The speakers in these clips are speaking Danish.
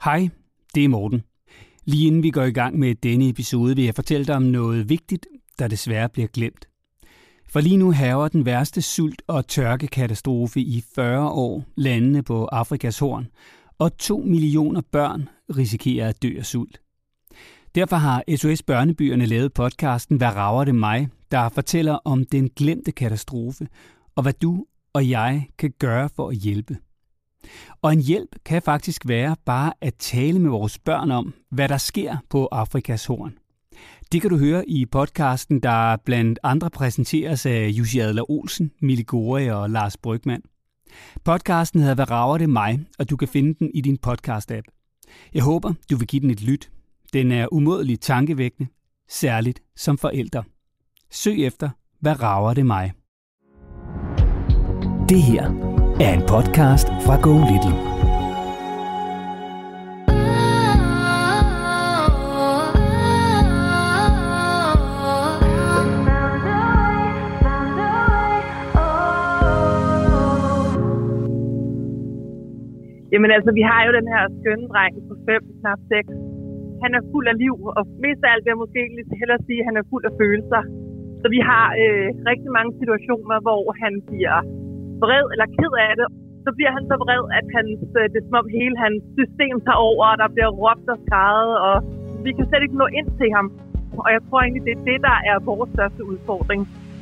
Hej, det er Morten. Lige inden vi går i gang med denne episode, vil jeg fortælle dig om noget vigtigt, der desværre bliver glemt. For lige nu hærger den værste sult- og tørkekatastrofe i 40 år landene på Afrikas Horn, og 2 millioner børn risikerer at dø af sult. Derfor har SOS Børnebyerne lavet podcasten Hvad rager det mig?, der fortæller om den glemte katastrofe, og hvad du og jeg kan gøre for at hjælpe. Og en hjælp kan faktisk være bare at tale med vores børn om, hvad der sker på Afrikas Horn. Det kan du høre i podcasten, der blandt andre præsenteres af Jussi Adler-Olsen, Mille Gore og Lars Brygmann. Podcasten hedder Hvad rager det mig?, og du kan finde den i din podcast-app. Jeg håber, du vil give den et lyt. Den er umådeligt tankevækkende, særligt som forældre. Søg efter Hvad rager det mig? Det her er en podcast fra Go Little. Jamen altså, vi har jo den her skønne dreng på 5, knap 6. Han er fuld af liv, og mest af alt vil jeg måske egentlig hellere sige, at han er fuld af følelser. Så vi har rigtig mange situationer, hvor han bliver vred eller ked af det. Så bliver han så vred, at det er som om hele hans system tager over, og der bliver råbt og skreget, og vi kan slet ikke nå ind til ham. Og jeg tror egentlig, det er det, der er vores største udfordring.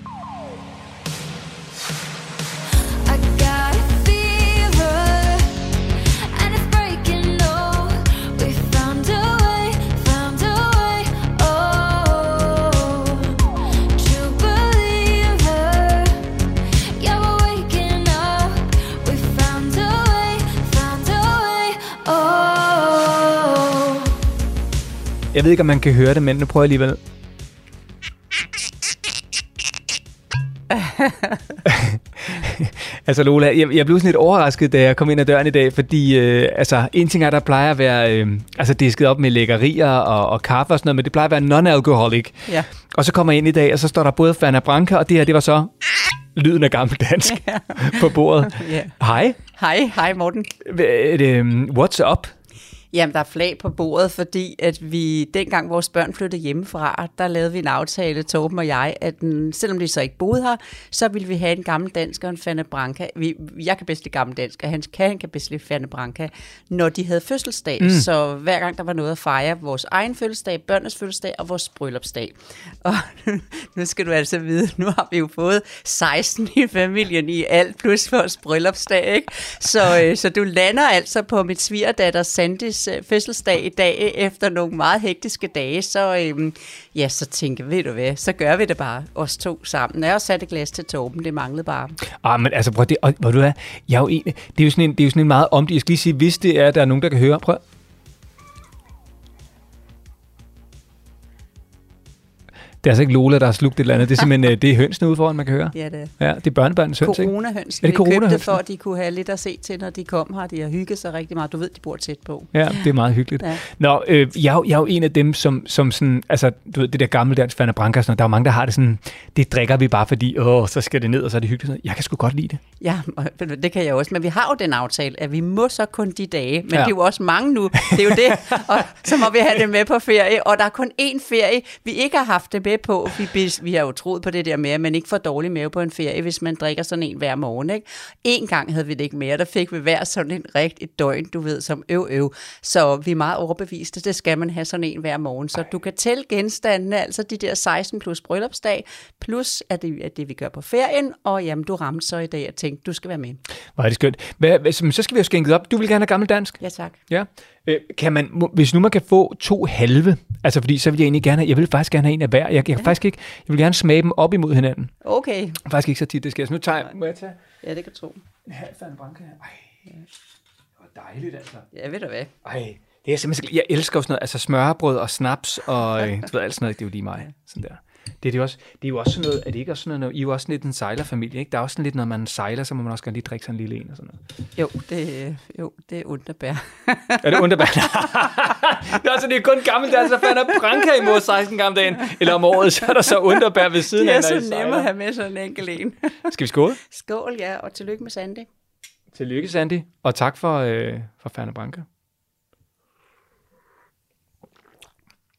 Jeg ved ikke, om man kan høre det, men nu prøver jeg alligevel. Altså Lola, jeg blev sådan lidt overrasket, da jeg kom ind ad døren i dag, fordi en ting er, der plejer at være disket op med lækkerier og kaffe og sådan noget, men det plejer at være non-alcoholic. Ja. Og så kommer jeg ind i dag, og så står der både Fana Branca, og det her, det var så lyden af gammeldansk på bordet. Yeah. Hej. Hej Morten. What's up? Jamen, der er flag på bordet, fordi at vi, dengang vores børn flyttede hjemmefra, der lavede vi en aftale, Torben og jeg, at selvom de så ikke boede her, så ville vi have en gammeldansk og en Fana Branca. Jeg kan bedst lide gammeldansk, og han kan bedst lide Fana Branca, når de havde fødselsdag. Så hver gang der var noget at fejre, vores egen fødselsdag, børnenes fødselsdag og vores bryllupsdag. Og nu skal du altså vide, nu har vi jo fået 16 i familien i alt, plus vores bryllupsdag, ikke? Så du lander altså på mit svigerdatter Sandys fødselsdag i dag, efter nogle meget hektiske dage, så tænker ved du hvad, så gør vi det bare, os to sammen. Jeg har også sat et glas til Torben, det manglede bare. Men altså prøv det, og hvor du er, det er jo sådan en meget omdisk. Jeg skal lige sige, hvis det er, der er nogen, der kan høre, prøv. Det er altså ikke Lola, der har slugt et eller andet. Det er simpelthen det er hønsene ude foran, man kan høre. Ja, det er. Ja, det er børnebørnens høns, ikke? Coronahønsene. Vi købte for, at de kunne have lidt at se til, når de kom her. De har hygget sig rigtig meget. Du ved, de bor tæt på. Ja, det er meget hyggeligt. Ja. Nå, jeg er jo en af dem, som sådan, altså, du ved, det der gammeldansk Fana Branca, der er jo mange, der har det sådan, det drikker vi bare fordi, så skal det ned, og så er det hyggeligt. Jeg kan sgu godt lide det. Ja, det kan jeg også. Men vi har jo den aftale, at vi må så kun de dage. Men det er jo også mange nu. Det er jo det. Og så må vi have det med på ferie. Og der er kun én ferie, vi ikke har haft det med på. Vi har jo troet på det der med, at man ikke får dårlig mave på en ferie, hvis man drikker sådan en hver morgen, ikke? En gang havde vi det ikke mere, der fik vi hver sådan en rigtig døgn, du ved, som øv. Så vi er meget overbeviste, det skal man have sådan en hver morgen. Så du kan tælle genstandene, altså de der 16 plus bryllupsdag, plus at det vi gør på ferien, og jamen, du ramte så i dag og tænkte, du skal være med. Hvor er det skønt. Så skal vi jo skænket op. Du vil gerne have gammeldansk? Ja, tak. Ja. Kan man, hvis nu man kan få 2 halve, altså fordi så vil jeg egentlig gerne have, jeg vil faktisk gerne have en af hver. Jeg faktisk ikke, jeg vil gerne smage dem op imod hinanden. Okay. Faktisk ikke så tit, det sker. Så nu må jeg tage? Ja, det kan tro. En halv Fana Branca her. Det var dejligt altså. Ja, ved du hvad? Det er simpelthen, jeg elsker jo sådan noget, altså smørrebrød og snaps og du ved, alt sådan noget, det er jo lige mig. Sådan der. Det er jo også sådan noget, er det ikke også sådan noget, I er jo også lidt en sejlerfamilie, ikke? Der er også sådan lidt, når man sejler, så må man også gerne lige drikke sådan en lille en og sådan noget. Jo, det er underbær. Er det underbær? Det er kun gammeldansk, så Fana Branca imod 16 gamle dagen, eller om året, så er der så underbær ved siden af. Det er så nemt at have med sådan en enkelt en. Skal vi skåle? Skål, ja, og tillykke med Sandy. Tillykke, Sandy, og tak for Fana Branca.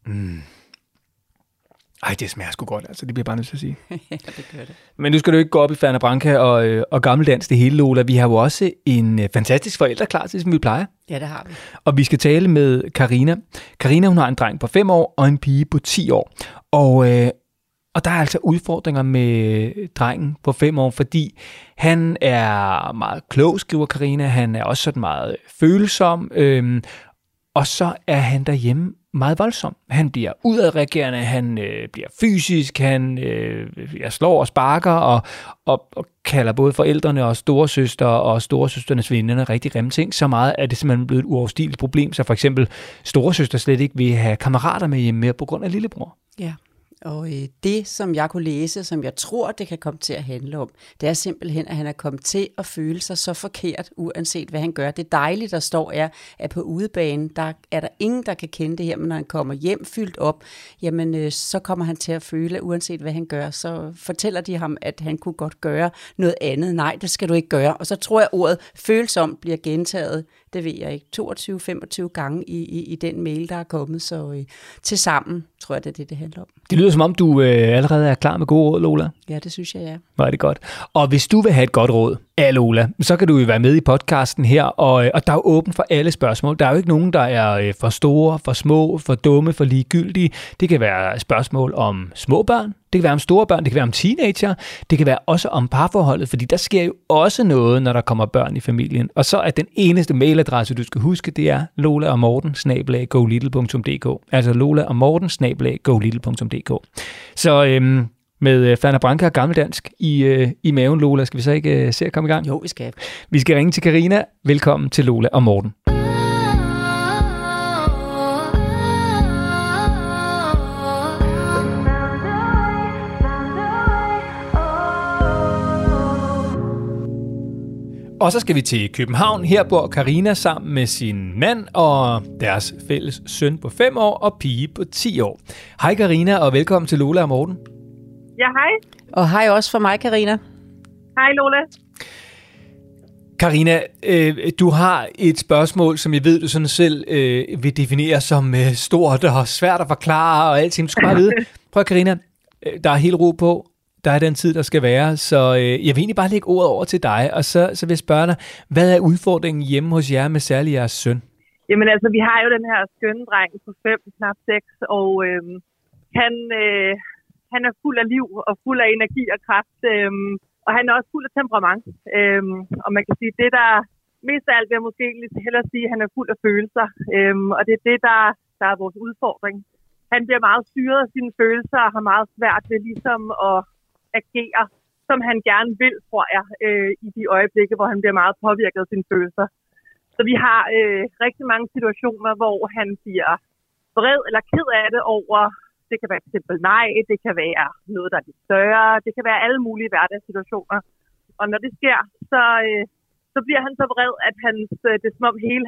Ej, det smager sgu godt, altså. Det bliver bare nødt til at sige. Ja, det gør det. Men nu skal du ikke gå op i Ferner Branca og gammeldans det hele, Lola. Vi har jo også en fantastisk forælder klar til, som vi plejer. Ja, det har vi. Og vi skal tale med Karina. Karina, hun har en dreng på 5 år og en pige på 10 år. Og der er altså udfordringer med drengen på 5 år, fordi han er meget klog, skriver Karina. Han er også sådan meget følsom. Og så er han derhjemme meget voldsom. Han bliver udadreagerende, han bliver fysisk, han slår og sparker og kalder både forældrene og storesøster og storesøsternes venner rigtig grimme ting. Så meget er det simpelthen blevet et uoverstigeligt problem, så for eksempel storesøster slet ikke vil have kammerater med hjemme mere på grund af lillebror. Ja. Og det, som jeg kunne læse, som jeg tror, det kan komme til at handle om, det er simpelthen, at han er kommet til at føle sig så forkert, uanset hvad han gør. Det dejlige, der står, er, at på udebanen, der er der ingen, der kan kende det her, men når han kommer hjem fyldt op, jamen så kommer han til at føle, at uanset hvad han gør, så fortæller de ham, at han kunne godt gøre noget andet. Nej, det skal du ikke gøre. Og så tror jeg, at ordet følsom bliver gentaget, det ved jeg ikke, 22-25 gange i den mail, der er kommet. Så til sammen tror jeg, det er det handler om. Det lyder som om, du allerede er klar med gode råd, Lola. Ja, det synes jeg, ja. Hvor er det godt. Og hvis du vil have et godt råd af Lola, så kan du jo være med i podcasten her, og der er jo åben for alle spørgsmål. Der er jo ikke nogen, der er for store, for små, for dumme, for ligegyldige. Det kan være spørgsmål om små børn, det kan være om store børn, det kan være om teenager, det kan være også om parforholdet, fordi der sker jo også noget, når der kommer børn i familien. Og så er den eneste mailadresse, du skal huske, det er lolaogmorten@golittle.dk. Altså lolaogmorten@golittle.dk. Så med Ferner Branca og gammeldansk i maven, Lola, skal vi så ikke se at komme i gang? Jo, vi skal. Vi skal ringe til Karina. Velkommen til Lola og Morten. Og så skal vi til København. Her bor Karina sammen med sin mand og deres fælles søn på 5 år og pige på 10 år. Hej Karina, og velkommen til Lola og Morten. Ja, hej. Og hej også for mig, Karina. Hej, Lola. Karina, du har et spørgsmål, som jeg ved, du sådan selv vil definere som stort og svært at forklare og alting. Du skal bare vide. Prøv Karina, der er helt ro på. Der er den tid, der skal være, så jeg vil egentlig bare lægge ordet over til dig, og så vil jeg spørge dig, hvad er udfordringen hjemme hos jer med særligt jeres søn? Jamen altså, vi har jo den her skønne dreng på 5, knap 6, og han er fuld af liv og fuld af energi og kraft, og han er også fuld af temperament. Og man kan sige, det der mest af alt vil jeg måske hellere sige, at han er fuld af følelser, og det er det, der er vores udfordring. Han bliver meget styret af sine følelser og har meget svært ved ligesom at agere, som han gerne vil, tror jeg, i de øjeblikke, hvor han bliver meget påvirket af sine følelser. Så vi har rigtig mange situationer, hvor han bliver vred eller ked af det over, det kan være et simpelt nej, det kan være noget, der er lidt større, det kan være alle mulige hverdagssituationer. Og når det sker, så bliver han så vred, at det er som om hele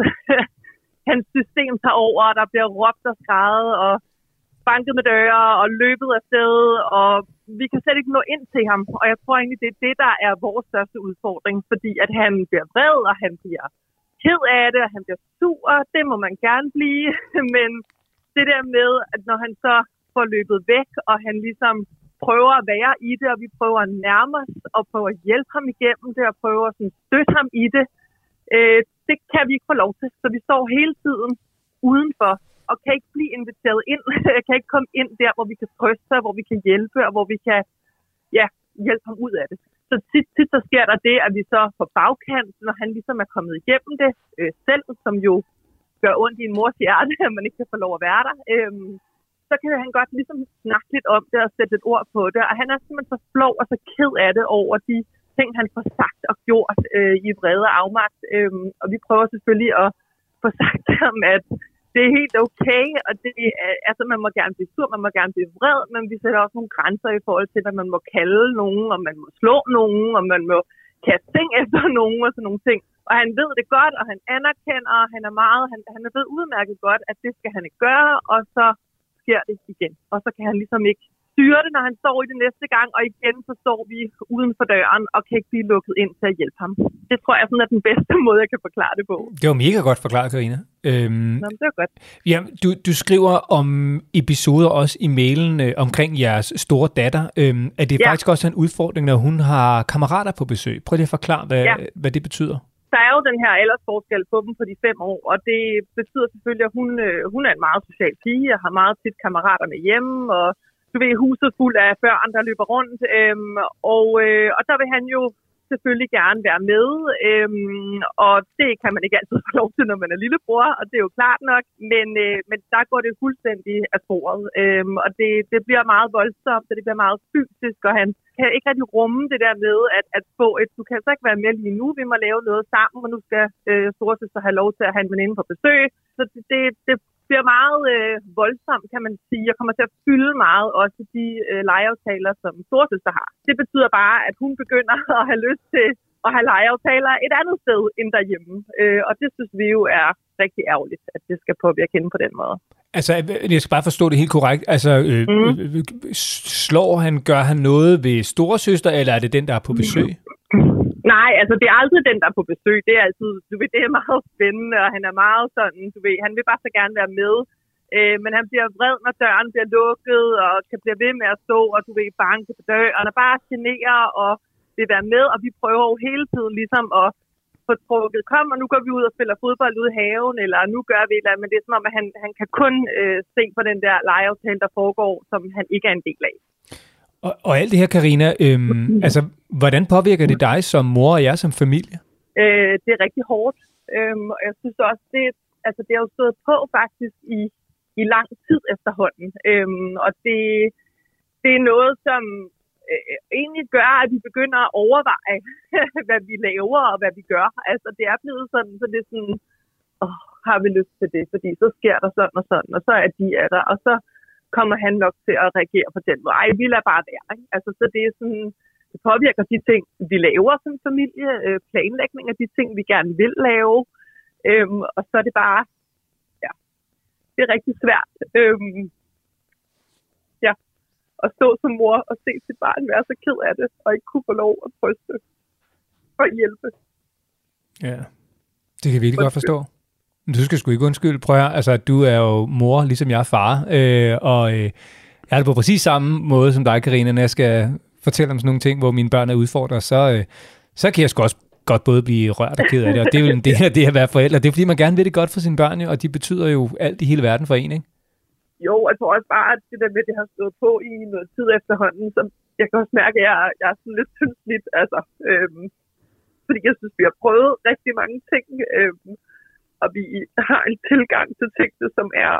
hans system tager over, og der bliver råbt og skrædet og banket med døre og løbet afsted, og vi kan slet ikke nå ind til ham. Og jeg tror egentlig, det er det, der er vores største udfordring, fordi at han bliver vred, og han bliver ked af det, og han bliver sur. Det må man gerne blive, men det der med, at når han så får løbet væk, og han ligesom prøver at være i det, og vi prøver at nærme os, og prøver at hjælpe ham igennem det, og prøver at støtte ham i det, det kan vi ikke få lov til. Så vi står hele tiden udenfor, og kan ikke blive inviteret ind. Jeg kan ikke komme ind der, hvor vi kan trøste, hvor vi kan hjælpe, og hvor vi kan hjælpe ham ud af det. Så tit så sker der det, at vi så på bagkant, når han ligesom er kommet igennem det selv, som jo gør ondt i en mors hjerte, at man ikke kan få lov at være der, så kan han godt ligesom snakke lidt om det og sætte et ord på det. Og han er simpelthen så flov og så ked af det over de ting, han får sagt og gjort i vrede og afmagt. Og vi prøver selvfølgelig at få sagt ham, at det er helt okay, og det altså, man må gerne blive sur, man må gerne blive vred, men vi sætter også nogle grænser i forhold til, hvad man må kalde nogen, og man må slå nogen, og man må kaste ting efter nogen og sådan nogle ting. Og han ved det godt, og han anerkender, og han ved udmærket godt, at det skal han ikke gøre, og så sker det igen. Og så kan han ligesom ikke styre det, når han står i det næste gang, og igen så står vi uden for døren og kan ikke blive lukket ind til at hjælpe ham. Det tror jeg sådan er den bedste måde, jeg kan forklare det på. Det var mega godt forklaret, Karina. Nå, det var godt. Ja, du skriver om episoder også i mailen omkring jeres store datter. At det faktisk også er en udfordring, når hun har kammerater på besøg. Prøv lige at forklare, hvad det betyder. Der er jo den her aldersforskel på dem på de 5 år, og det betyder selvfølgelig, at hun er en meget social pige og har meget tit kammerater med hjemme, og du ved, huset fuld af børn, der løber rundt, og der vil han jo selvfølgelig gerne være med, og det kan man ikke altid få lov til, når man er lillebror, og det er jo klart nok, men der går det fuldstændig af sporet, og det bliver meget voldsomt, og det bliver meget fysisk, og han kan ikke rigtig rumme det der med at få du kan så ikke være med lige nu, vi må lave noget sammen, og nu skal storesøster have lov til at have en veninde på besøg, så det bliver meget voldsomt, kan man sige. Jeg kommer til at fylde meget også de legeaftaler, som storesøster har. Det betyder bare, at hun begynder at have lyst til at have legeaftaler et andet sted end derhjemme. Og det synes vi jo er rigtig ærgerligt, at det skal påvirke hende på den måde. Altså, jeg skal bare forstå det helt korrekt. Altså, gør han noget ved storesøster, eller er det den, der er på besøg? Nej, altså det er altid den, der er på besøg. Det er altid, det er meget spændende, og han er meget sådan, han vil bare så gerne være med. Men han bliver vred, når døren bliver lukket, og kan blive ved med at stå, og banke på døren, og bare generer og vil være med. Og vi prøver jo hele tiden ligesom at få trukket, kom, og nu går vi ud og spiller fodbold ude i haven, eller nu gør vi et eller andet. Men det er som om, at han kan kun se på den der legeaftale, der foregår, som han ikke er en del af. Og alt det her, Karina, altså, hvordan påvirker det dig som mor og jer som familie? Det er rigtig hårdt, og jeg synes også, det har jo stået på faktisk i lang tid efterhånden, og det er noget, som egentlig gør, at vi begynder at overveje, hvad vi laver og hvad vi gør. Altså, det er blevet sådan, så det er sådan, har vi lyst til det, fordi så sker der sådan og sådan, og så er de der, og så kommer han nok til at reagere på den måde. Ej, vi lader bare være, ikke? Altså, så det er sådan, det påvirker de ting, vi laver som familie, planlægning af de ting, vi gerne vil lave, og så er det bare, det er rigtig svært, at stå som mor og se sit barn være så ked af det, og ikke kunne få lov at trøste og hjælpe. Ja, det kan vi virkelig godt forstå. Men du skal sgu ikke undskylde. Prøv at, altså, du er jo mor, ligesom jeg er far, og jeg er det på præcis samme måde som dig, Karina, når jeg skal fortælle om sådan nogle ting, hvor mine børn er udfordret, så kan jeg sgu også godt både blive rørt og ked af det, og det er jo en del af det at være forældre. Det er fordi, man gerne vil det godt for sine børn, og de betyder jo alt i hele verden for en, ikke? Jo, jeg tror også bare, at det der med, det har stået på i noget tid efterhånden, så jeg kan også mærke, at jeg er sådan lidt tyndslidt, altså. Fordi jeg synes, vi har prøvet rigtig mange ting, og vi har en tilgang til tingene, som er,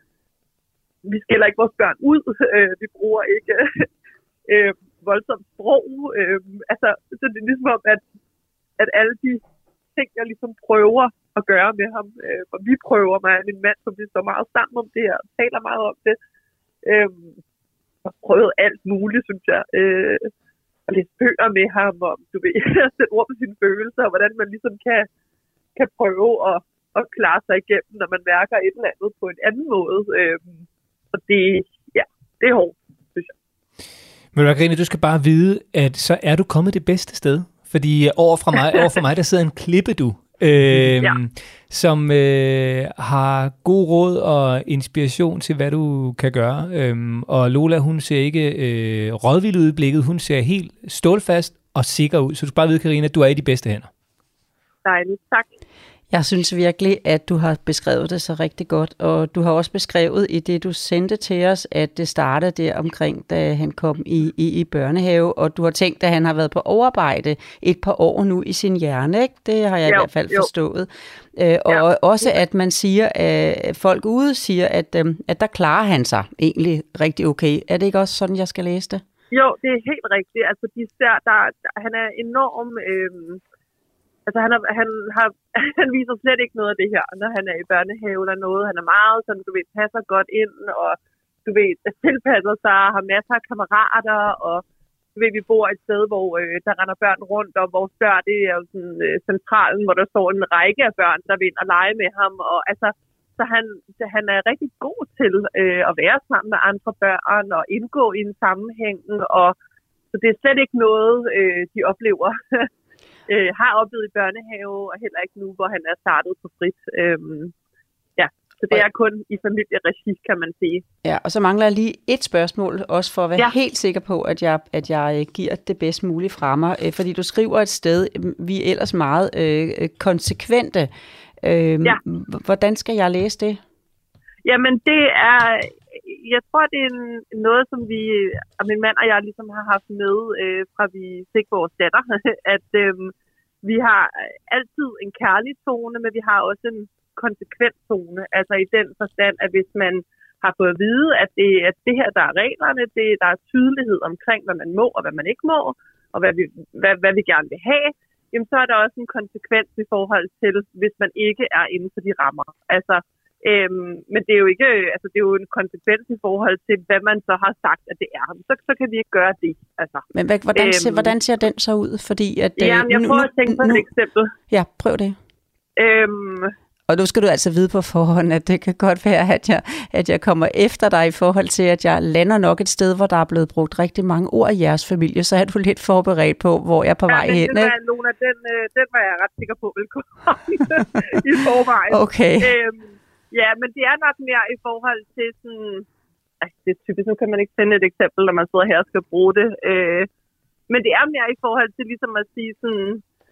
vi skiller ikke vores børn ud, vi bruger ikke voldsomt sprog, altså, så det er ligesom om, at alle de ting, jeg ligesom prøver at gøre med ham, for vi prøver mig og min mand, som vi står meget sammen om det her, og taler meget om det, og prøvet alt muligt, synes jeg, at læse bøger med ham, om at sætte ord på sine følelser, og hvordan man ligesom kan prøve at klare sig igennem, når man mærker et eller andet på en anden måde, og det er hårdt, synes jeg. Men Karina, du skal bare vide, at så er du kommet det bedste sted, fordi over for mig, der sidder en klippedu, som har god råd og inspiration til, hvad du kan gøre. Og Lola, hun ser ikke rådvild ud i blikket, hun ser helt stålfast og sikker ud. Så du skal bare vide, Karina, at du er i de bedste hænder. Dejligt, tak. Jeg synes virkelig, at du har beskrevet det så rigtig godt, og du har også beskrevet i det, du sendte til os, at det startede der omkring, da han kom i børnehave, og du har tænkt, at han har været på overarbejde et par år nu i sin hjerne, ikke? Det har jeg i hvert fald forstået. Og også, at man siger, at folk ude siger, at der klarer han sig egentlig rigtig okay. Er det ikke også sådan, jeg skal læse det? Jo, det er helt rigtigt. Altså, han er enorm... Altså, han viser slet ikke noget af det her, når han er i børnehave eller noget. Han er meget sådan, passer godt ind, og tilpasser sig, har masser af kammerater, og vi bor et sted, hvor der render børn rundt, og vores dør, det er jo sådan centralen, hvor der står en række af børn, der vil ind og lege med ham, og altså, Så han er rigtig god til at være sammen med andre børn og indgå i en sammenhæng. Og så det er slet ikke noget, de oplever, har oplevet i børnehave, og heller ikke nu, hvor han er startet på frit. Så det er kun i familieregi, kan man sige. Ja, og så mangler jeg lige et spørgsmål, også for at være helt sikker på, at jeg giver det bedst muligt fra mig. Fordi du skriver et sted, vi er ellers meget konsekvente. Hvordan skal jeg læse det? Jamen, det er... Jeg tror, det er noget, som vi, og min mand og jeg ligesom har haft med, fra vi fik vores datter, at vi har altid en kærlig tone, men vi har også en konsekvent tone. Altså i den forstand, at hvis man har fået at vide, at det her, der er reglerne, der er tydelighed omkring, hvad man må og hvad man ikke må, og hvad vi gerne vil have, jamen så er der også en konsekvens i forhold til, hvis man ikke er inden for de rammer. Altså, men det er jo ikke, altså det er jo en konsekvens i forhold til, hvad man så har sagt, at det er. Så kan vi ikke gøre det. Altså. Men hvordan ser den så ud? Fordi at, jeg prøver at tænke på et eksempel. Ja, prøv det. Og nu skal du altså vide på forhånd, at det kan godt være, at jeg kommer efter dig i forhold til, at jeg lander nok et sted, hvor der er blevet brugt rigtig mange ord i jeres familie, så er du lidt forberedt på, hvor jeg er på vej hen. Ja, Lona, den var jeg ret sikker på, vil komme i forvejen. Okay. Ja, men det er nok mere i forhold til sådan... det er typisk, nu kan man ikke finde et eksempel, når man sidder her og skal bruge det. Men det er mere i forhold til ligesom at sige sådan...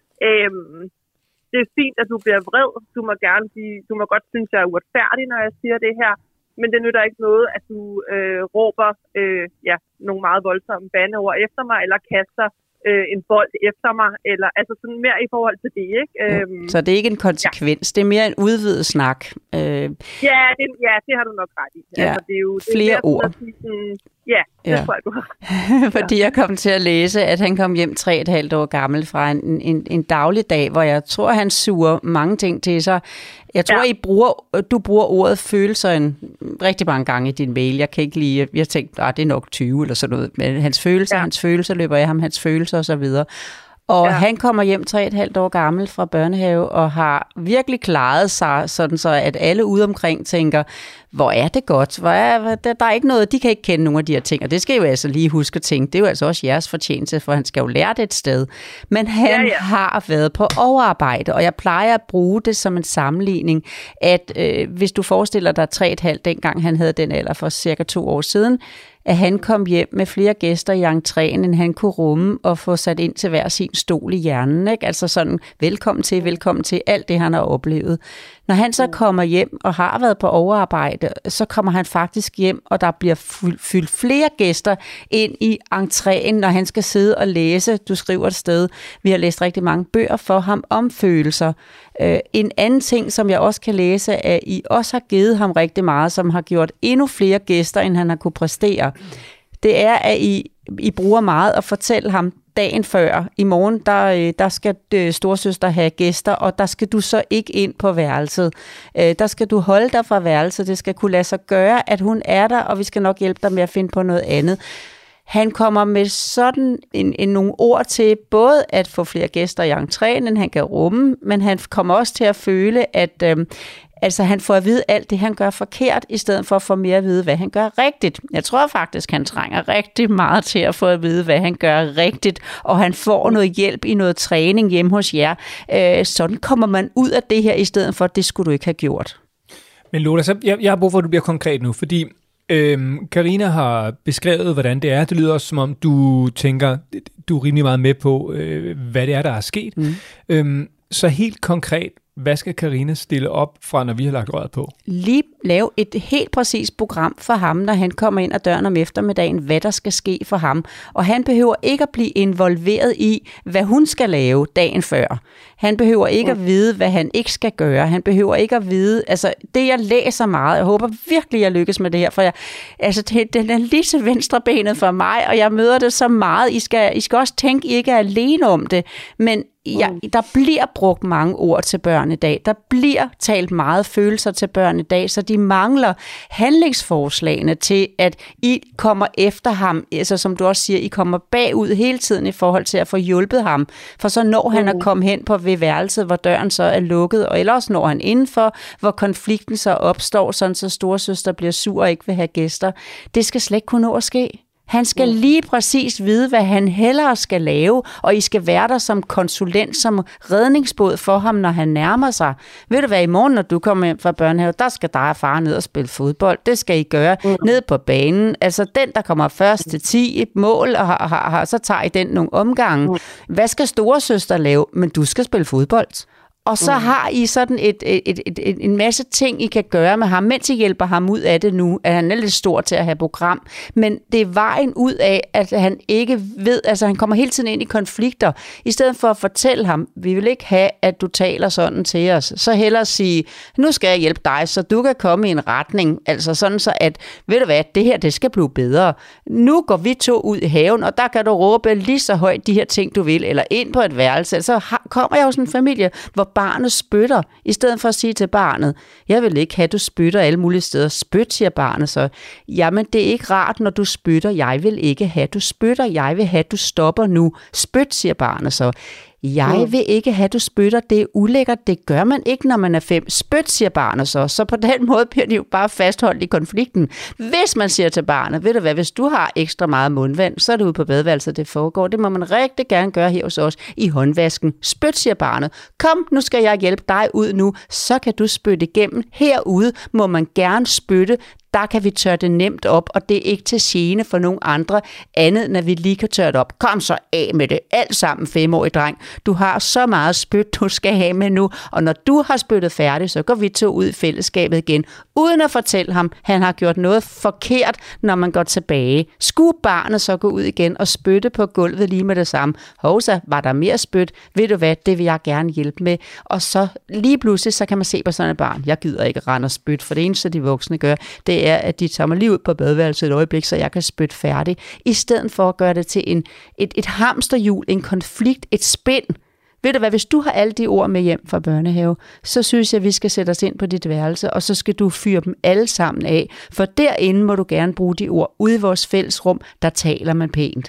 det er fint, at du bliver vred. Du må godt synes, jeg er uretfærdig, når jeg siger det her. Men det nytter ikke noget, at du råber nogle meget voldsomme bandeord efter mig, eller kaster en bold efter mig, eller altså sådan mere i forhold til det, ikke? Så det er ikke en konsekvens, det er mere en udvidet snak. Det har du nok ret i. Ja, altså, det er jo flere ord. Det tror jeg, du har. Fordi jeg kom til at læse, at han kom hjem 3,5 år gammel fra en daglig dag, hvor jeg tror, han suger mange ting til sig. Jeg tror, du bruger ordet følelser rigtig mange gange i din mail. Jeg kan ikke lige, jeg tænkte, det er nok 20 eller sådan noget. Men hans følelser løber af ham, hans følelser og så videre. Og han kommer hjem 3,5 år gammel fra børnehave og har virkelig klaret sig, sådan så at alle ude omkring tænker, hvor er det godt, der er ikke noget, de kan ikke kende nogle af de her ting, og det skal jo altså lige huske at tænke, det er jo altså også jeres fortjeneste, for han skal jo lære det et sted. Men han har været på overarbejde, og jeg plejer at bruge det som en sammenligning, at hvis du forestiller dig 3,5, dengang han havde den alder for cirka 2 år siden, at han kom hjem med flere gæster i entréen, end han kunne rumme og få sat ind til hver sin stol i hjernen. Ikke? Altså sådan, velkommen til alt det, han har oplevet. Når han så kommer hjem og har været på overarbejde, så kommer han faktisk hjem, og der bliver fyldt flere gæster ind i entréen, når han skal sidde og læse. Du skriver et sted, vi har læst rigtig mange bøger for ham om følelser. En anden ting, som jeg også kan læse, er, at I også har givet ham rigtig meget, som har gjort endnu flere gæster, end han har kunne præstere. Det er, at I bruger meget at fortælle ham dagen før. I morgen, der skal storsøster have gæster, og der skal du så ikke ind på værelset. Der skal du holde dig fra værelset. Det skal kunne lade sig gøre, at hun er der, og vi skal nok hjælpe dig med at finde på noget andet. Han kommer med sådan nogle ord til både at få flere gæster i entréen, end han kan rumme, men han kommer også til at føle, at han får at vide alt det, han gør forkert, i stedet for at få mere at vide, hvad han gør rigtigt. Jeg tror faktisk, han trænger rigtig meget til at få at vide, hvad han gør rigtigt, og han får noget hjælp i noget træning hjemme hos jer. Sådan kommer man ud af det her, i stedet for, at det skulle du ikke have gjort. Men Lola, så jeg har brug for, at du bliver konkret nu, fordi Karina har beskrevet, hvordan det er. Det lyder også, som om du tænker, du er rimelig meget med på, hvad det er, der er sket. Så helt konkret, hvad skal Karina stille op fra, når vi har lagt røret på? Lige lave et helt præcist program for ham, når han kommer ind ad døren om eftermiddagen, hvad der skal ske for ham. Og han behøver ikke at blive involveret i, hvad hun skal lave dagen før. Han behøver ikke at vide, hvad han ikke skal gøre. Han behøver ikke at vide, altså det jeg læser meget, jeg håber virkelig, jeg lykkes med det her, for den er lige til venstrebenet for mig, og jeg møder det så meget. I skal også tænke, I ikke er alene om det, men der bliver brugt mange ord til børn i dag. Der bliver talt meget følelser til børn i dag, så de mangler handlingsforslagene til, at I kommer efter ham. Altså som du også siger, I kommer bagud hele tiden i forhold til at få hjulpet ham. For så når han at komme hen på ved værelset, hvor døren så er lukket, og ellers når han indenfor, hvor konflikten så opstår, sådan så storesøster bliver sur og ikke vil have gæster. Det skal slet ikke kunne nå at ske. Han skal lige præcis vide, hvad han hellere skal lave, og I skal være der som konsulent, som redningsbåd for ham, når han nærmer sig. Ved du hvad, i morgen, når du kommer hjem fra børnehave, der skal dig og far ned og spille fodbold. Det skal I gøre ned på banen. Altså den, der kommer først til 10 i mål, og så tager I den nogle omgange. Hvad skal storesøster lave? Men du skal spille fodbold. Og så har I sådan en masse ting, I kan gøre med ham, mens I hjælper ham ud af det nu, at han er lidt stor til at have program. Men det er vejen ud af, at han ikke ved, altså han kommer hele tiden ind i konflikter. I stedet for at fortælle ham, vi vil ikke have, at du taler sådan til os, så hellere sige, nu skal jeg hjælpe dig, så du kan komme i en retning. Altså sådan så, at ved du hvad, det her, det skal blive bedre. Nu går vi 2 ud i haven, og der kan du råbe lige så højt de her ting, du vil, eller ind på et værelse. Så kommer jeg hos en familie, hvor barnet spytter, i stedet for at sige til barnet, jeg vil ikke have, at du spytter alle mulige steder. Spyt, siger barnet så. Jamen, det er ikke rart, når du spytter. Jeg vil ikke have, at du spytter. Jeg vil have, at du stopper nu. Spyt, siger barnet så. Jeg vil ikke have, du spytter. Det er ulækkert. Det gør man ikke, når man er 5. Spyt, siger barnet så. Så på den måde bliver de jo bare fastholdt i konflikten. Hvis man siger til barnet, ved du hvad, hvis du har ekstra meget mundvand, så er det ude på badeværelset, det foregår. Det må man rigtig gerne gøre her hos os i håndvasken. Spyt, siger barnet. Kom, nu skal jeg hjælpe dig ud nu. Så kan du spytte igennem. Herude må man gerne spytte. Der kan vi tørre det nemt op, og det er ikke til gene for nogen andre andet, når vi lige kan tørre det op. Kom så af med det. Alt sammen, 5-årig dreng. Du har så meget spyt, du skal have med nu, og når du har spyttet færdigt, så går vi 2 ud i fællesskabet igen, uden at fortælle ham, han har gjort noget forkert, når man går tilbage. Skulle barnet så gå ud igen og spytte på gulvet lige med det samme? Hovsa, var der mere spyt? Ved du hvad, det vil jeg gerne hjælpe med. Og så lige pludselig, så kan man se på sådan et barn. Jeg gider ikke rende og spyt, for det eneste, de voksne gør, det er, at de tager mig lige ud på badeværelset et øjeblik, så jeg kan spytte færdig, i stedet for at gøre det til et hamsterhjul, en konflikt, et spind. Ved du hvad, hvis du har alle de ord med hjem fra børnehave, så synes jeg, at vi skal sætte os ind på dit værelse, og så skal du fyre dem alle sammen af, for derinde må du gerne bruge de ord. Ude i vores fællesrum, der taler man pænt.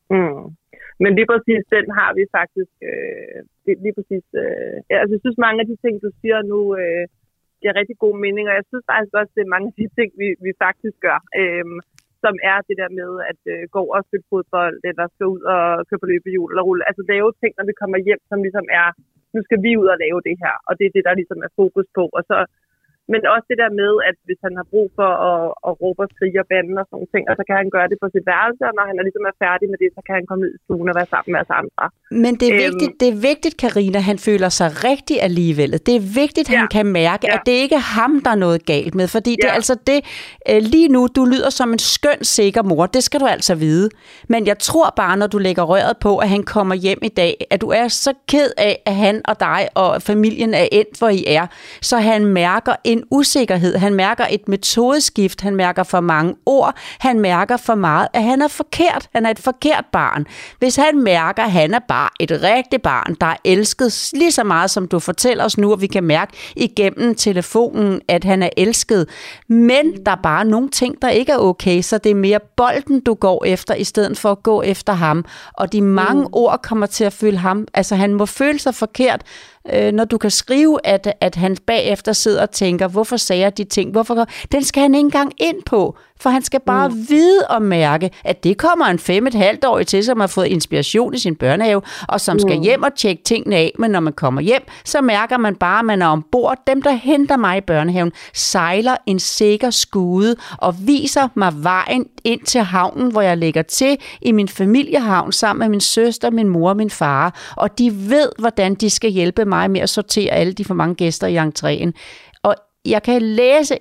Men lige præcis, den har vi faktisk, lige præcis, altså jeg synes mange af de ting, du siger nu, giver rigtig god mening, og jeg synes faktisk også, det er mange af de ting, vi faktisk gør, som er det der med at gå og spille fodbold, eller skal ud og køre på løbehjul eller rulle. Altså lave ting, når vi kommer hjem, som ligesom er, nu skal vi ud og lave det her, og det er det, der ligesom er fokus på. Og så, men også det der med, at hvis han har brug for at råbe og skrige og bande og sådan nogle ting, og så kan han gøre det på sit værelse, og når han er ligesom færdig med det, så kan han komme ud i stuen og være sammen med os andre. Men det er vigtigt, Karina, han føler sig rigtig alligevel. Det er vigtigt, han kan mærke, at det ikke er ham, der er noget galt med, fordi det er altså det, lige nu, du lyder som en skøn, sikker mor, det skal du altså vide. Men jeg tror bare, når du lægger røret på, at han kommer hjem i dag, at du er så ked af, at han og dig og familien er endt, hvor I er, så han mærker en usikkerhed, han mærker et metodeskift, han mærker for mange ord, han mærker for meget, at han er forkert, han er et forkert barn. Hvis han mærker, at han er bare et rigtigt barn, der er elsket lige så meget, som du fortæller os nu, og vi kan mærke igennem telefonen, at han er elsket, men der er bare nogle ting, der ikke er okay, så det er mere bolden, du går efter, i stedet for at gå efter ham, og de mange ord kommer til at føle ham, altså han må føle sig forkert, når du kan skrive, at han bagefter sidder og tænker, hvorfor sagde jeg de ting? Den skal han ikke engang ind på, for han skal bare vide og mærke, at det kommer en 5,5-årig til, som har fået inspiration i sin børnehave, og som skal hjem og tjekke tingene af, men når man kommer hjem, så mærker man bare, at man er ombord. Dem, der henter mig i børnehaven, sejler en sikker skude og viser mig vejen ind til havnen, hvor jeg lægger til i min familiehavn sammen med min søster, min mor og min far, og de ved, hvordan de skal hjælpe mig med at sortere alle de for mange gæster i entréen. Og jeg kan læse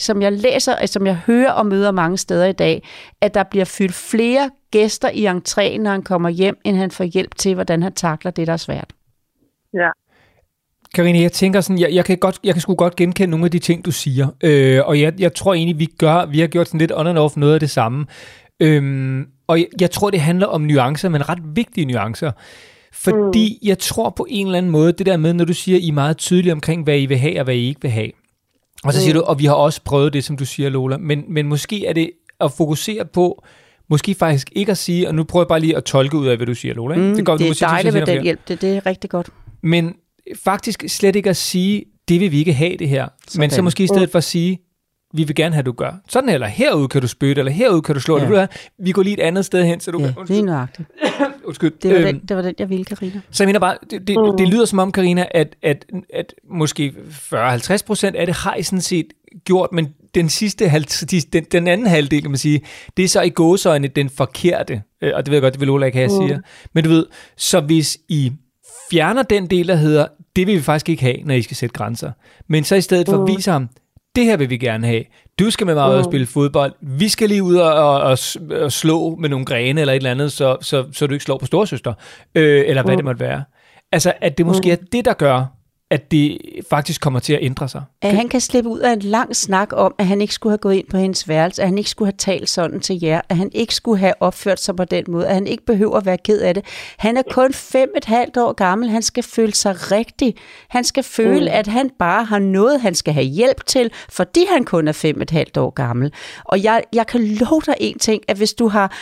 som jeg hører og møder mange steder i dag, at der bliver fyldt flere gæster i entréen, når han kommer hjem, end han får hjælp til, hvordan han takler det, der er svært. Ja. Karina, jeg tænker sådan, jeg kan sgu godt genkende nogle af de ting, du siger, og jeg tror egentlig, vi har gjort sådan lidt on and off noget af det samme, og jeg tror, det handler om nuancer, men ret vigtige nuancer. Fordi jeg tror på en eller anden måde, det der med, når du siger, I er meget tydelige omkring, hvad I vil have, og hvad I ikke vil have. Og så siger du, og vi har også prøvet det, som du siger, Lola, men måske er det at fokusere på, måske faktisk ikke at sige, og nu prøver jeg bare lige at tolke ud af, hvad du siger, Lola. Ikke? Det er dejligt med den hjælp, det er rigtig godt. Men faktisk slet ikke at sige, det vil vi ikke have det her, men så måske i stedet for at sige, vi vil gerne have, at du gør sådan, eller herude kan du spytte, eller herude kan du slå det. Vi går lige et andet sted hen, så du kan... Lige nøjagtigt. Undskyld. Det var den, jeg ville, Karina. Så jeg mener bare, det lyder som om, Karina, at måske 40-50% af det har I sådan set gjort, men den sidste den anden halvdel, kan man sige, det er så i gåseøjne den forkerte, og det ved jeg godt, det vil Lola ikke have, jeg siger. Men du ved, så hvis I fjerner den del, der hedder, det vil vi faktisk ikke have, når I skal sætte grænser, men så i stedet for viser ham, det her vil vi gerne have. Du skal med mig ud og spille fodbold. Vi skal lige ud og slå med nogle grene eller et eller andet, så du ikke slår på storesøster. Eller hvad det måtte være. Altså, at det måske er det, der gør, at det faktisk kommer til at ændre sig. At han kan slippe ud af en lang snak om, at han ikke skulle have gået ind på hendes værelse, at han ikke skulle have talt sådan til jer, at han ikke skulle have opført sig på den måde, at han ikke behøver at være ked af det. Han er kun 5,5 år gammel. Han skal føle sig rigtig. Han skal føle, at han bare har noget, han skal have hjælp til, fordi han kun er 5,5 år gammel. Og jeg kan love dig en ting, at hvis du har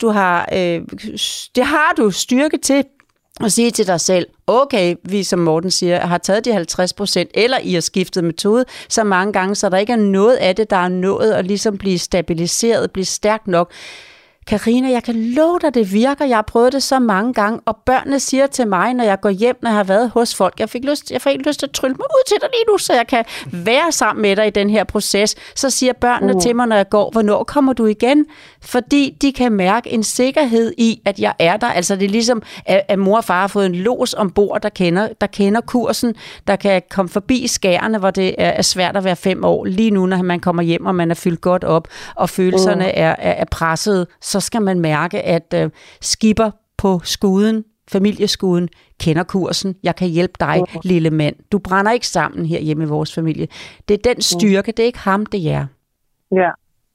det har du styrke til, og sige til dig selv, okay, vi som Morten siger, har taget de 50%, eller I har skiftet metode så mange gange, så der ikke er noget af det, der er nået at ligesom blive stabiliseret, blive stærkt nok. Karina, jeg kan love dig, det virker. Jeg har prøvet det så mange gange, og børnene siger til mig, når jeg går hjem, når jeg har været hos folk, jeg fik lyst til at trylle mig ud til dig lige nu, så jeg kan være sammen med dig i den her proces. Så siger børnene til mig, når jeg går, hvornår kommer du igen? Fordi de kan mærke en sikkerhed i, at jeg er der. Altså det er ligesom, at mor og far har fået en los ombord, der kender kursen, der kan komme forbi skærene, hvor det er svært at være 5 år. Lige nu, når man kommer hjem, og man er fyldt godt op, og følelserne er presset, så skal man mærke, at skipper på skuden, familieskuden, kender kursen. Jeg kan hjælpe dig, lille mand. Du brænder ikke sammen her hjemme i vores familie. Det er den styrke, det er ikke ham, det er jer. Ja.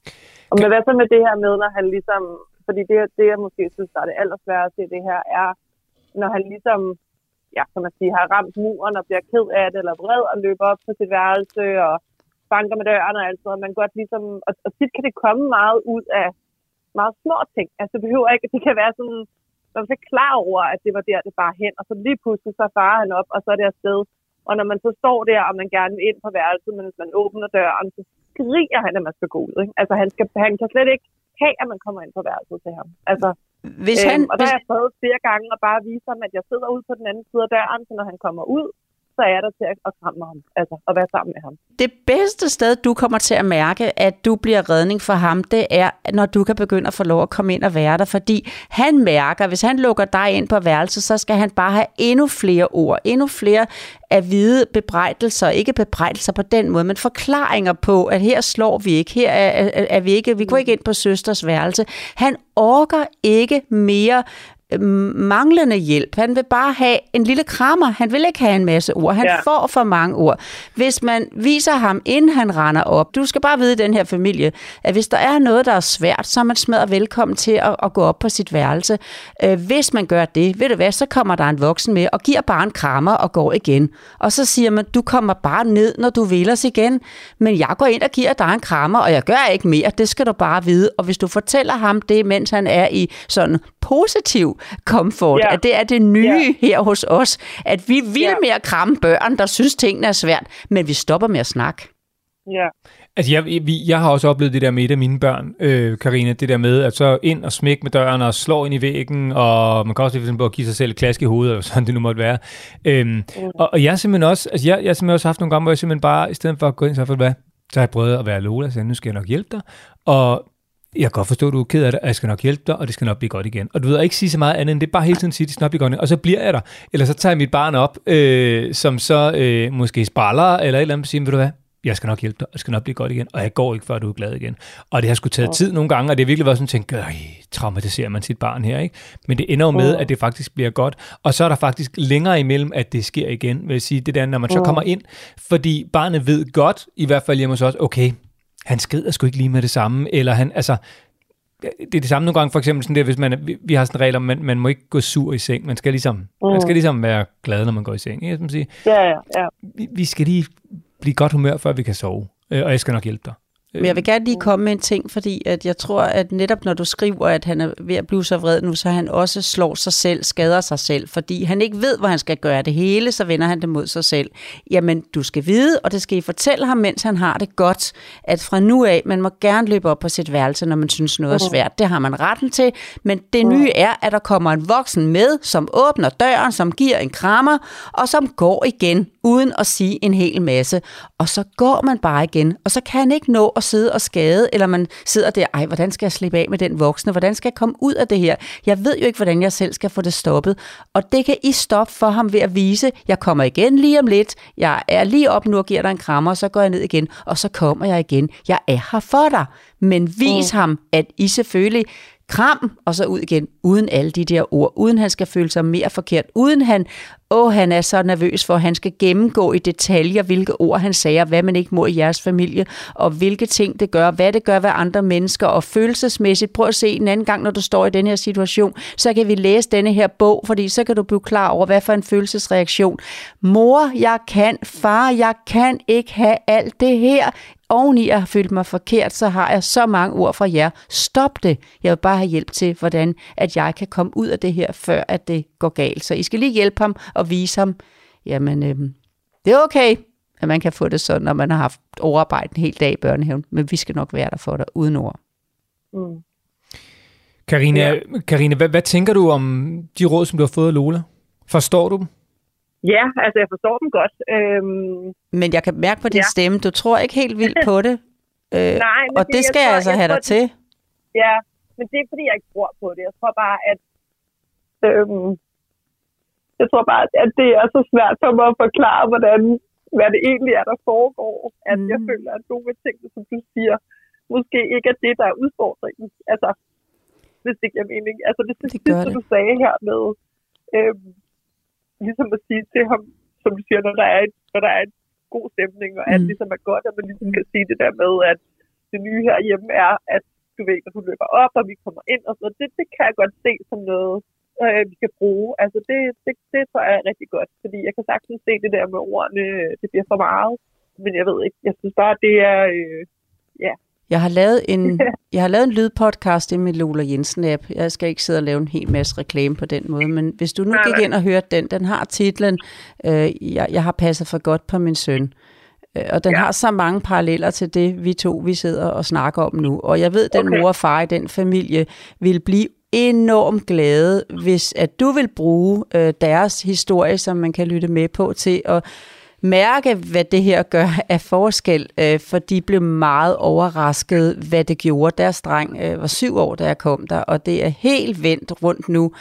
Og men hvad så med det her med, når han ligesom, fordi det jeg måske synes, der er det allersværeste i det her, er, når han ligesom, ja, kan man sige, har ramt muren og bliver ked af det, eller vred og løber op på sit værelse og banker med døren og alt sådan noget. Man godt ligesom, og tit kan det komme meget ud af meget små ting. Altså det behøver ikke, det kan være sådan, man er klar over, at det var der, det bare hen, og så lige pludselig så farer han op, og så er det afsted. Og når man så står der, og man gerne vil ind på værelset, men hvis man åbner døren, så skriger han, at man skal gå ud. Ikke? Altså han kan slet ikke have, at man kommer ind på værelset til ham. Altså, og der har jeg prøvet flere gange at bare vise ham, at jeg sidder ude på den anden side af døren, så når han kommer ud, så er der til at kramme ham, altså at være sammen med ham. Det bedste sted, du kommer til at mærke, at du bliver redning for ham, det er, når du kan begynde at få lov at komme ind og være der, fordi han mærker, hvis han lukker dig ind på værelset, så skal han bare have endnu flere ord, endnu flere at vide bebrejdelser, ikke bebrejdelser på den måde, men forklaringer på, at her slår vi ikke, her er vi ikke, vi går ikke ind på søsters værelse. Han orker ikke mere manglende hjælp. Han vil bare have en lille krammer. Han vil ikke have en masse ord. Han får for mange ord. Hvis man viser ham, inden han render op, du skal bare vide i den her familie, at hvis der er noget, der er svært, så er man smadret velkommen til at gå op på sit værelse. Hvis man gør det, ved du hvad, så kommer der en voksen med og giver bare en krammer og går igen. Og så siger man, du kommer bare ned, når du vil os igen, men jeg går ind og giver dig en krammer, og jeg gør ikke mere. Det skal du bare vide. Og hvis du fortæller ham det, mens han er i sådan positiv comfort, at det er det nye her hos os, at vi vil mere kramme børn, der synes tingene er svært, men vi stopper med at snakke. Ja. Altså jeg har også oplevet det der med et af mine børn, Karina, det der med at så ind og smække med døren og slå ind i væggen, og man kan også for eksempel give sig selv et klask i hovedet, eller sådan det nu måtte være. Og jeg har simpelthen også, jeg har simpelthen også haft nogle gange, hvor jeg simpelthen bare, i stedet for at gå ind, så har jeg prøvet at være Lola, så nu skal jeg nok hjælpe dig, og jeg kan godt forstå, at du er ked af det, og jeg skal nok hjælpe dig, og det skal nok blive godt igen. Og du ved ikke sige så meget andet, end det er bare hele tiden at sige, at det skal nok blive godt igen, og så bliver jeg der. Eller så tager jeg mit barn op, som så måske spraller, eller et eller andet, og siger, ved du hvad, jeg skal nok hjælpe dig, og det skal nok blive godt igen, og jeg går ikke, før du er glad igen. Og det har sgu taget tid nogle gange, og det har virkelig været sådan, at tænke, traumatiserer man sit barn her, ikke? Men det ender jo med, at det faktisk bliver godt, og så er der faktisk længere imellem, at det sker igen, vil jeg sige, det der, når man så kommer ind, fordi barnet ved godt, i hvert fald hjemme hos os, okay, han skrider sgu ikke lige med det samme, eller han, altså, det er det samme nogle gange, for eksempel sådan der, hvis vi har sådan en regel om, man må ikke gå sur i seng. Man skal ligesom være glad, når man går i seng. Ikke? Sige, ja. Vi skal lige blive godt humør, før vi kan sove. Og jeg skal nok hjælpe dig. Men jeg vil gerne lige komme med en ting, fordi at jeg tror, at netop når du skriver, at han er ved at blive så vred nu, så han også slår sig selv, skader sig selv, fordi han ikke ved, hvor han skal gøre det hele, så vender han det mod sig selv. Jamen, du skal vide, og det skal I fortælle ham, mens han har det godt, at fra nu af, man må gerne løbe op på sit værelse, når man synes noget er svært. Det har man retten til, men det nye er, at der kommer en voksen med, som åbner døren, som giver en krammer, og som går igen, uden at sige en hel masse. Og så går man bare igen, og så kan han ikke nå at sidde og skade, eller man sidder der, hvordan skal jeg slippe af med den voksne? Hvordan skal jeg komme ud af det her? Jeg ved jo ikke, hvordan jeg selv skal få det stoppet. Og det kan I stoppe for ham ved at vise, jeg kommer igen lige om lidt, jeg er lige op nu og giver dig en krammer, og så går jeg ned igen, og så kommer jeg igen. Jeg er her for dig. Men vis ham, at I selvfølgelig kram, og så ud igen, uden alle de der ord, uden han skal føle sig mere forkert, uden han er så nervøs for, at han skal gennemgå i detaljer, hvilke ord han siger, hvad man ikke må i jeres familie, og hvilke ting det gør, hvad det gør ved andre mennesker, og følelsesmæssigt. Prøv at se en anden gang, når du står i den her situation, så kan vi læse denne her bog, fordi så kan du blive klar over, hvad for en følelsesreaktion. Mor, jeg kan. Far, jeg kan ikke have alt det her. Oveni at have følt mig forkert, så har jeg så mange ord fra jer. Stop det. Jeg vil bare have hjælp til, hvordan at jeg kan komme ud af det her, før at det går galt. Så I skal lige hjælpe ham og vise ham, jamen, det er okay, at man kan få det sådan, når man har haft overarbejde en hel dag i børnehaven, men vi skal nok være der for dig, uden ord. Karina, hvad tænker du om de råd, som du har fået af Lola? Forstår du dem? Ja, altså jeg forstår dem godt. Men jeg kan mærke på din stemme, du tror ikke helt vildt på det. Nej, og det skal jeg altså have dig til. Ja, men det er fordi, jeg ikke tror på det. Jeg tror bare, at at det er så svært for mig at forklare, hvad det egentlig er, der foregår. At jeg føler, at nogle af tingene, som du siger, måske ikke er det, der er udfordringen. Altså, hvis det giver mening. Altså det sidste, du sagde her med, ligesom at sige til ham, som du siger, når der er en god stemning, og alt ligesom er godt, at man ligesom kan sige det der med, at det nye herhjemme er, at du ved, når du løber op, og vi kommer ind, og sådan det kan jeg godt se som noget, vi skal bruge. Altså det tror jeg er rigtig godt, fordi jeg kan sagtens se det der med ordene, det bliver for meget, men jeg ved ikke, jeg synes bare, det er, Jeg har lavet en lydpodcast med Lola Jensen-app. Jeg skal ikke sidde og lave en hel masse reklame på den måde, men hvis du nu gik ind og hørte den har titlen, jeg har passet for godt på min søn. Og den har så mange paralleller til det, vi sidder og snakker om nu. Og jeg ved, at den mor og far i den familie vil blive enormt glade, hvis at du vil bruge deres historie, som man kan lytte med på, til at mærke, hvad det her gør af forskel, for de blev meget overrasket, hvad det gjorde. Deres dreng var 7 år, da jeg kom der, og det er helt vendt rundt nu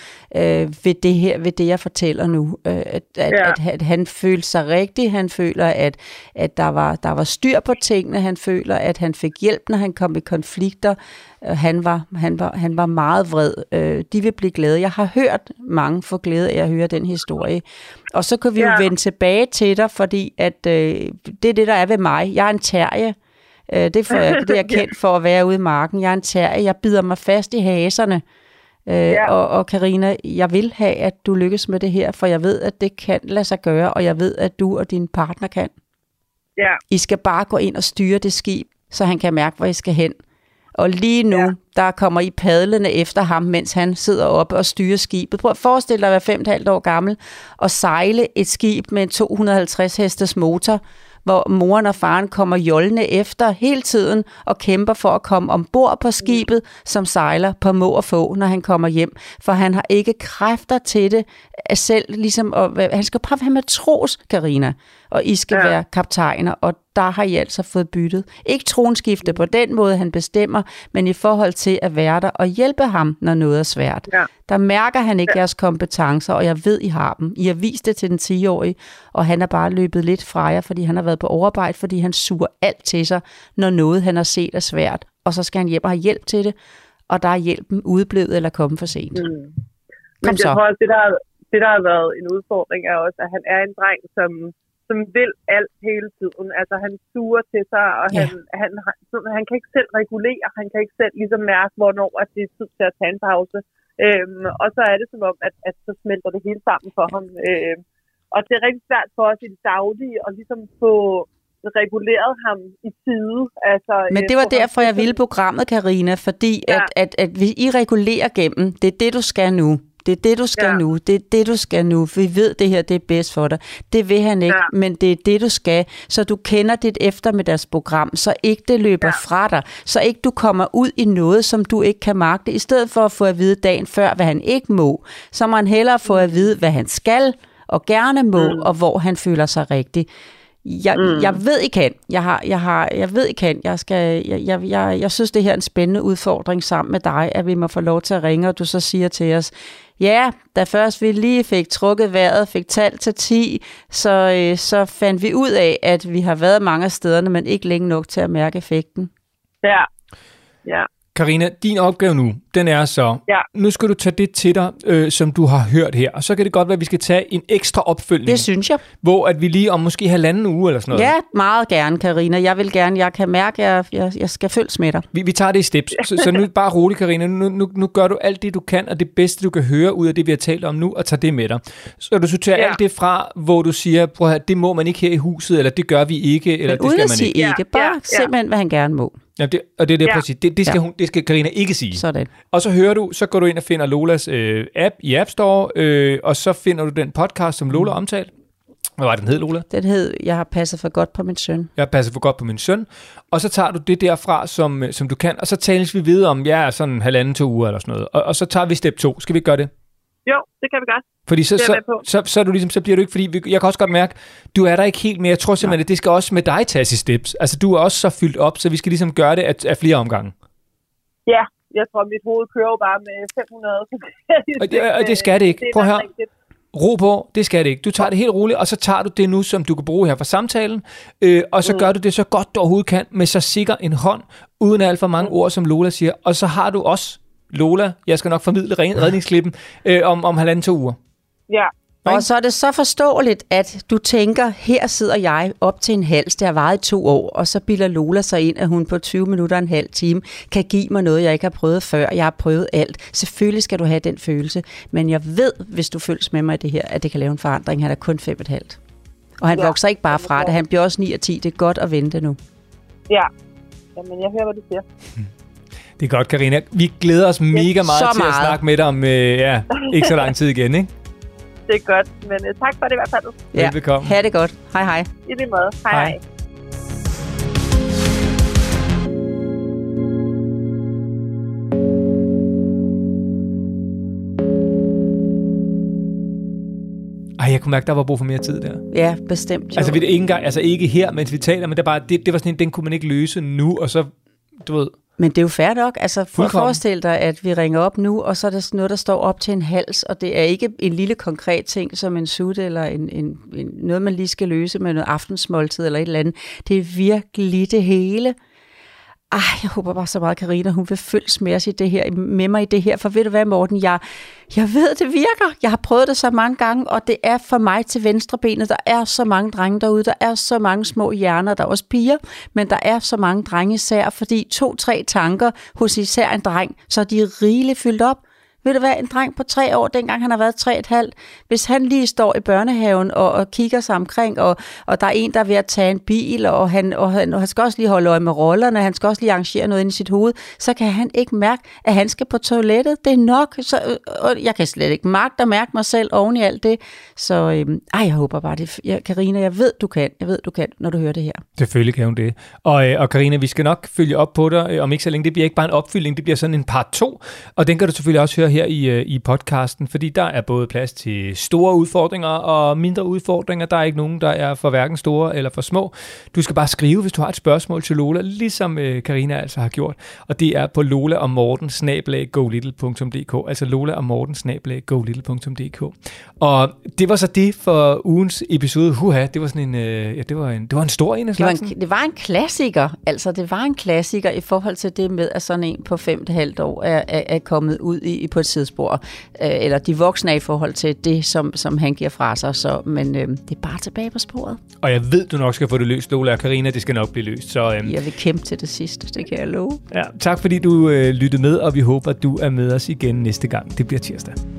ved det, jeg fortæller nu. At han følte sig rigtig, han føler, at der var styr på tingene, han føler, at han fik hjælp, når han kom i konflikter. Han var meget vred. De vil blive glade. Jeg har hørt mange få glæde af at høre den historie. Og så kan vi jo vende tilbage til dig, fordi at det er det, der er ved mig. Jeg er en terrier. Det er jeg kendt for at være ude i marken. Jeg er en terrier. Jeg bider mig fast i haserne. Og Karina, jeg vil have, at du lykkes med det her, for jeg ved, at det kan lade sig gøre, og jeg ved, at du og din partner kan. Ja. I skal bare gå ind og styre det skib, så han kan mærke, hvor I skal hen. Og lige nu, der kommer I padlende efter ham, mens han sidder oppe og styrer skibet. Prøv at forestille dig at være 5,5 år gammel og sejle et skib med en 250 hestes motor, hvor moren og faren kommer jollende efter hele tiden og kæmper for at komme ombord på skibet, som sejler på må og få, når han kommer hjem. For han har ikke kræfter til det selv, ligesom han skal bare være matros, Karina, og I skal være kaptajner, og der har I altså fået byttet. Ikke tronskifte på den måde, han bestemmer, men i forhold til at være der og hjælpe ham, når noget er svært. Ja. Der mærker han ikke jeres kompetencer, og jeg ved, I har dem. I har vist det til den 10-årige, og han er bare løbet lidt fra jer, fordi han har været på overarbejde, fordi han suger alt til sig, når noget han har set er svært. Og så skal han hjem og have hjælp til det, og der er hjælpen udeblevet eller kommet for sent. Men jeg tror også, det der har været en udfordring, er også, at han er en dreng, som som vil alt hele tiden. Altså han suger til sig, og han kan ikke selv regulere, han kan ikke selv ligesom mærke, hvornår at det er tid til at tage en pause. Og så er det som om, at så smelter det hele sammen for ham. Og det er rigtig svært for os i det daglige at ligesom få reguleret ham i tide. Altså, men det var derfor, jeg ville programmet, Karina, fordi at hvis I regulerer gennem, det er det, du skal nu. Det er det, du skal nu. Det er det, du skal nu. Vi ved, det her det er bedst for dig. Det vil han ikke, men det er det, du skal. Så du kender dit eftermiddagsprogram, så ikke det løber fra dig. Så ikke du kommer ud i noget, som du ikke kan magte. I stedet for at få at vide dagen før, hvad han ikke må, så må han hellere få at vide, hvad han skal og gerne må, og hvor han føler sig rigtig. Jeg ved I kan. Jeg ved I kan. Jeg synes, det her er en spændende udfordring sammen med dig, at vi må få lov til at ringe, og du så siger til os, ja, da først vi lige fik trukket vejret, fik talt til 10, så fandt vi ud af, at vi har været mange af stederne, men ikke længe nok til at mærke effekten. Ja. Karina, din opgave nu, den er så, nu skal du tage det til dig, som du har hørt her, og så kan det godt være, at vi skal tage en ekstra opfølgning. Det synes jeg. Hvor at vi lige om måske 1,5 uge eller sådan noget. Ja, meget gerne, Karina. Jeg vil gerne, jeg kan mærke, at jeg skal følges med dig. Vi tager det i steps, så nu bare rolig, Karina. Nu gør du alt det, du kan, og det bedste, du kan høre ud af det, vi har talt om nu, og tager det med dig. Så du sorterer alt det fra, hvor du siger, prøv at høre, det må man ikke her i huset, eller det gør vi ikke, eller det skal man ikke. Bare simpelthen, hvad han gerne må. Ja, det er det præcis. Det skal Karina ikke sige. Sådan. Og så går du ind og finder Lolas app i App Store, og så finder du den podcast, som Lola omtalte. Hvad var den hed, Lola? Den hed, jeg har passet for godt på min søn. Jeg har passet for godt på min søn. Og så tager du det derfra, som du kan, og så tales vi videre om, sådan 1,5-2 uger eller sådan noget. Og så tager vi step 2. Skal vi gøre det? Jo, det kan vi godt. Fordi så er du ligesom, så bliver du ikke, fordi jeg kan også godt mærke, du er der ikke helt mere. Jeg tror simpelthen, at det skal også med dig tages i steps. Altså, du er også så fyldt op, så vi skal ligesom gøre det af flere omgange. Ja, jeg tror, mit hoved kører jo bare med 500. Og det skal det ikke. Prøv at høre. Ro på, det skal det ikke. Du tager det helt roligt, og så tager du det nu, som du kan bruge her for samtalen, og så gør du det så godt, du overhovedet kan, med så sikker en hånd, uden alt for mange ord, som Lola siger. Og så har du også, Lola, jeg skal nok formidle redningsklippen, om 1,5-2 uger. Ja. Og så er det så forståeligt, at du tænker, her sidder jeg op til en hals, det har varet i 2 år, og så bilder Lola sig ind, at hun på 20 minutter og en halv time kan give mig noget, jeg ikke har prøvet før. Jeg har prøvet alt. Selvfølgelig skal du have den følelse, men jeg ved, hvis du følges med mig i det her, at det kan lave en forandring. Han er kun 5,5. Og han vokser ikke bare fra det, han bliver også 9 og 10. Det er godt at vente nu. Ja, jamen jeg hører, hvad du siger. Det er godt, Karina. Vi glæder os mega meget til at snakke med dig om ikke så lang tid igen, ikke? Det er godt, men tak for det i hvert fald. Ja, velbekomme. Ha' det godt. Hej hej. I lige måde. Hej. Jeg kunne mærke, der var brug for mere tid der. Ja, bestemt. Jo. Altså, ikke her, mens vi taler, men det var sådan en, den kunne man ikke løse nu, og så, du ved. Men det er jo fair nok. Altså, forestil dig, at vi ringer op nu, og så er der noget, der står op til en hals, og det er ikke en lille konkret ting, som en sutte, eller noget, man lige skal løse med noget aftensmåltid, eller et eller andet. Det er virkelig det hele. Jeg håber bare så meget, Karina, hun vil følges med os i det her, med mig i det her, for ved du hvad, Morten, jeg ved, det virker. Jeg har prøvet det så mange gange, og det er for mig til venstrebenet. Der er så mange drenge derude, der er så mange små hjerner, der er også piger, men der er så mange drenge især, fordi 2-3 tanker hos især en dreng, så er de rigeligt fyldt op. Ved du hvad, en dreng på 3 år, dengang han har været 3,5, hvis han lige står i børnehaven og kigger sig omkring, og der er en, der er ved at tage en bil, og han skal også lige holde øje med rollerne, han skal også lige arrangere noget ind i sit hoved, så kan han ikke mærke, at han skal på toilettet. Det er nok. Og jeg kan slet ikke mærke mig selv oven i alt det. Så jeg håber bare det. Karina, jeg ved, du kan, når du hører det her. Selvfølgelig kan hun det. Og Karina, vi skal nok følge op på dig om ikke så længe. Det bliver ikke bare en opfyldning, det bliver sådan en part 2, og den kan du selvfølgelig også høre her i podcasten, fordi der er både plads til store udfordringer og mindre udfordringer. Der er ikke nogen, der er for hverken store eller for små. Du skal bare skrive, hvis du har et spørgsmål til Lola, ligesom Karina altså har gjort, og det er på lolaogmorten@golittle.dk, altså lolaogmorten@golittle.dk. Og det var så det for ugens episode. Det var sådan det var en stor en af slagsen. Det var en klassiker. Altså, det var en klassiker i forhold til det med, at sådan en på 5,5 år er kommet ud på et sidespor. Eller de voksne er i forhold til det, som han giver fra sig. Men det er bare tilbage på sporet. Og jeg ved, du nok skal få det løst, Lola og Karina. Det skal nok blive løst. Så, jeg vil kæmpe til det sidste, det kan jeg love. Ja, tak fordi du lyttede med, og vi håber, at du er med os igen næste gang. Det bliver tirsdag.